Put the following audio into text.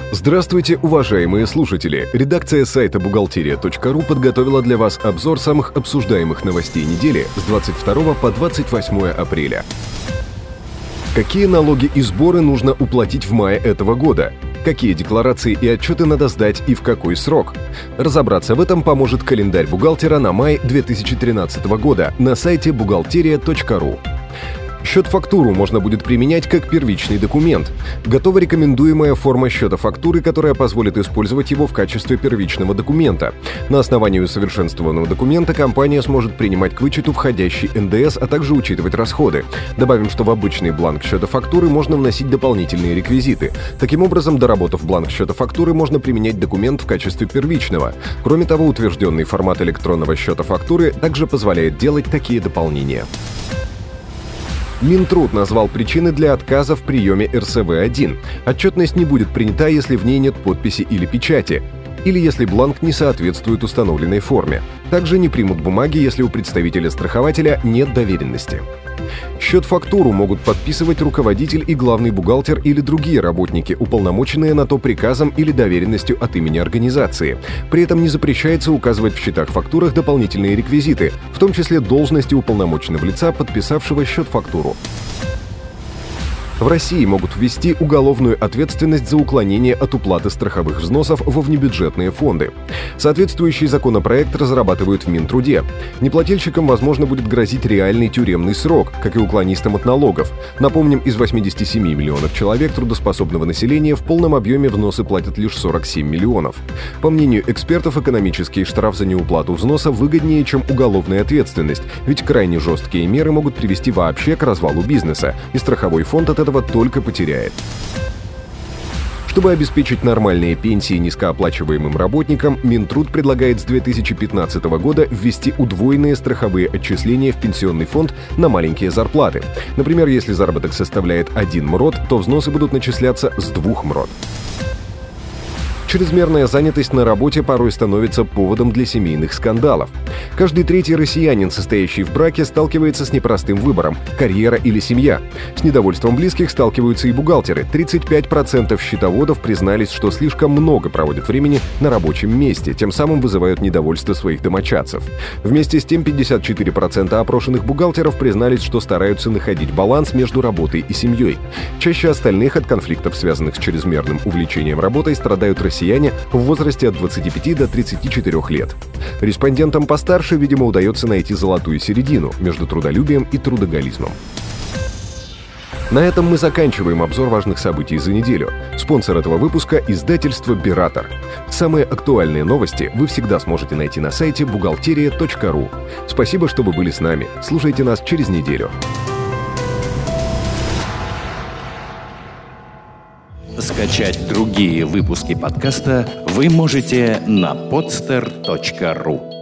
Здравствуйте, уважаемые слушатели! Редакция сайта бухгалтерия.ру подготовила для вас обзор самых обсуждаемых новостей недели с 22 по 28 апреля. Какие налоги и сборы нужно уплатить в мае этого года? Какие декларации и отчеты надо сдать и в какой срок? Разобраться в этом поможет календарь бухгалтера на май 2013 года на сайте бухгалтерия.ру. Счет-фактуру можно будет применять как первичный документ. Готова рекомендуемая форма счета-фактуры, которая позволит использовать его в качестве первичного документа. На основании усовершенствованного документа компания сможет принимать к вычету входящий НДС, а также учитывать расходы. Добавим, что в обычный бланк счета-фактуры можно вносить дополнительные реквизиты. Таким образом, доработав бланк счета-фактуры, можно применять документ в качестве первичного. Кроме того, утвержденный формат электронного счета-фактуры также позволяет делать такие дополнения. Минтруд назвал причины для отказа в приеме РСВ-1. Отчетность не будет принята, если в ней нет подписи или печати, или если бланк не соответствует установленной форме. Также не примут бумаги, если у представителя-страхователя нет доверенности. Счет-фактуру могут подписывать руководитель и главный бухгалтер или другие работники, уполномоченные на то приказом или доверенностью от имени организации. При этом не запрещается указывать в счетах-фактурах дополнительные реквизиты, в том числе должности уполномоченного лица, подписавшего счет-фактуру. В России могут ввести уголовную ответственность за уклонение от уплаты страховых взносов во внебюджетные фонды. Соответствующий законопроект разрабатывают в Минтруде. Неплательщикам, возможно, будет грозить реальный тюремный срок, как и уклонистам от налогов. Напомним, из 87 миллионов человек трудоспособного населения в полном объеме взносы платят лишь 47 миллионов. По мнению экспертов, экономический штраф за неуплату взноса выгоднее, чем уголовная ответственность, ведь крайне жесткие меры могут привести вообще к развалу бизнеса, и страховой фонд от этого только потеряет. Чтобы обеспечить нормальные пенсии низкооплачиваемым работникам, Минтруд предлагает с 2015 года ввести удвоенные страховые отчисления в пенсионный фонд на маленькие зарплаты. Например, если заработок составляет 1 МРОТ, то взносы будут начисляться с 2 МРОТ. Чрезмерная занятость на работе порой становится поводом для семейных скандалов. Каждый третий россиянин, состоящий в браке, сталкивается с непростым выбором – карьера или семья. С недовольством близких сталкиваются и бухгалтеры. 35% счетоводов признались, что слишком много проводят времени на рабочем месте, тем самым вызывают недовольство своих домочадцев. Вместе с тем 54% опрошенных бухгалтеров признались, что стараются находить баланс между работой и семьей. Чаще остальных от конфликтов, связанных с чрезмерным увлечением работой, страдают россияне в возрасте от 25 до 34 лет. Респондентам постарше, видимо, удается найти золотую середину между трудолюбием и трудоголизмом. На этом мы заканчиваем обзор важных событий за неделю. Спонсор этого выпуска – издательство «Биратор». Самые актуальные новости вы всегда сможете найти на сайте бухгалтерия.ру. Спасибо, что вы были с нами. Слушайте нас через неделю. Скачать другие выпуски подкаста вы можете на podster.ru.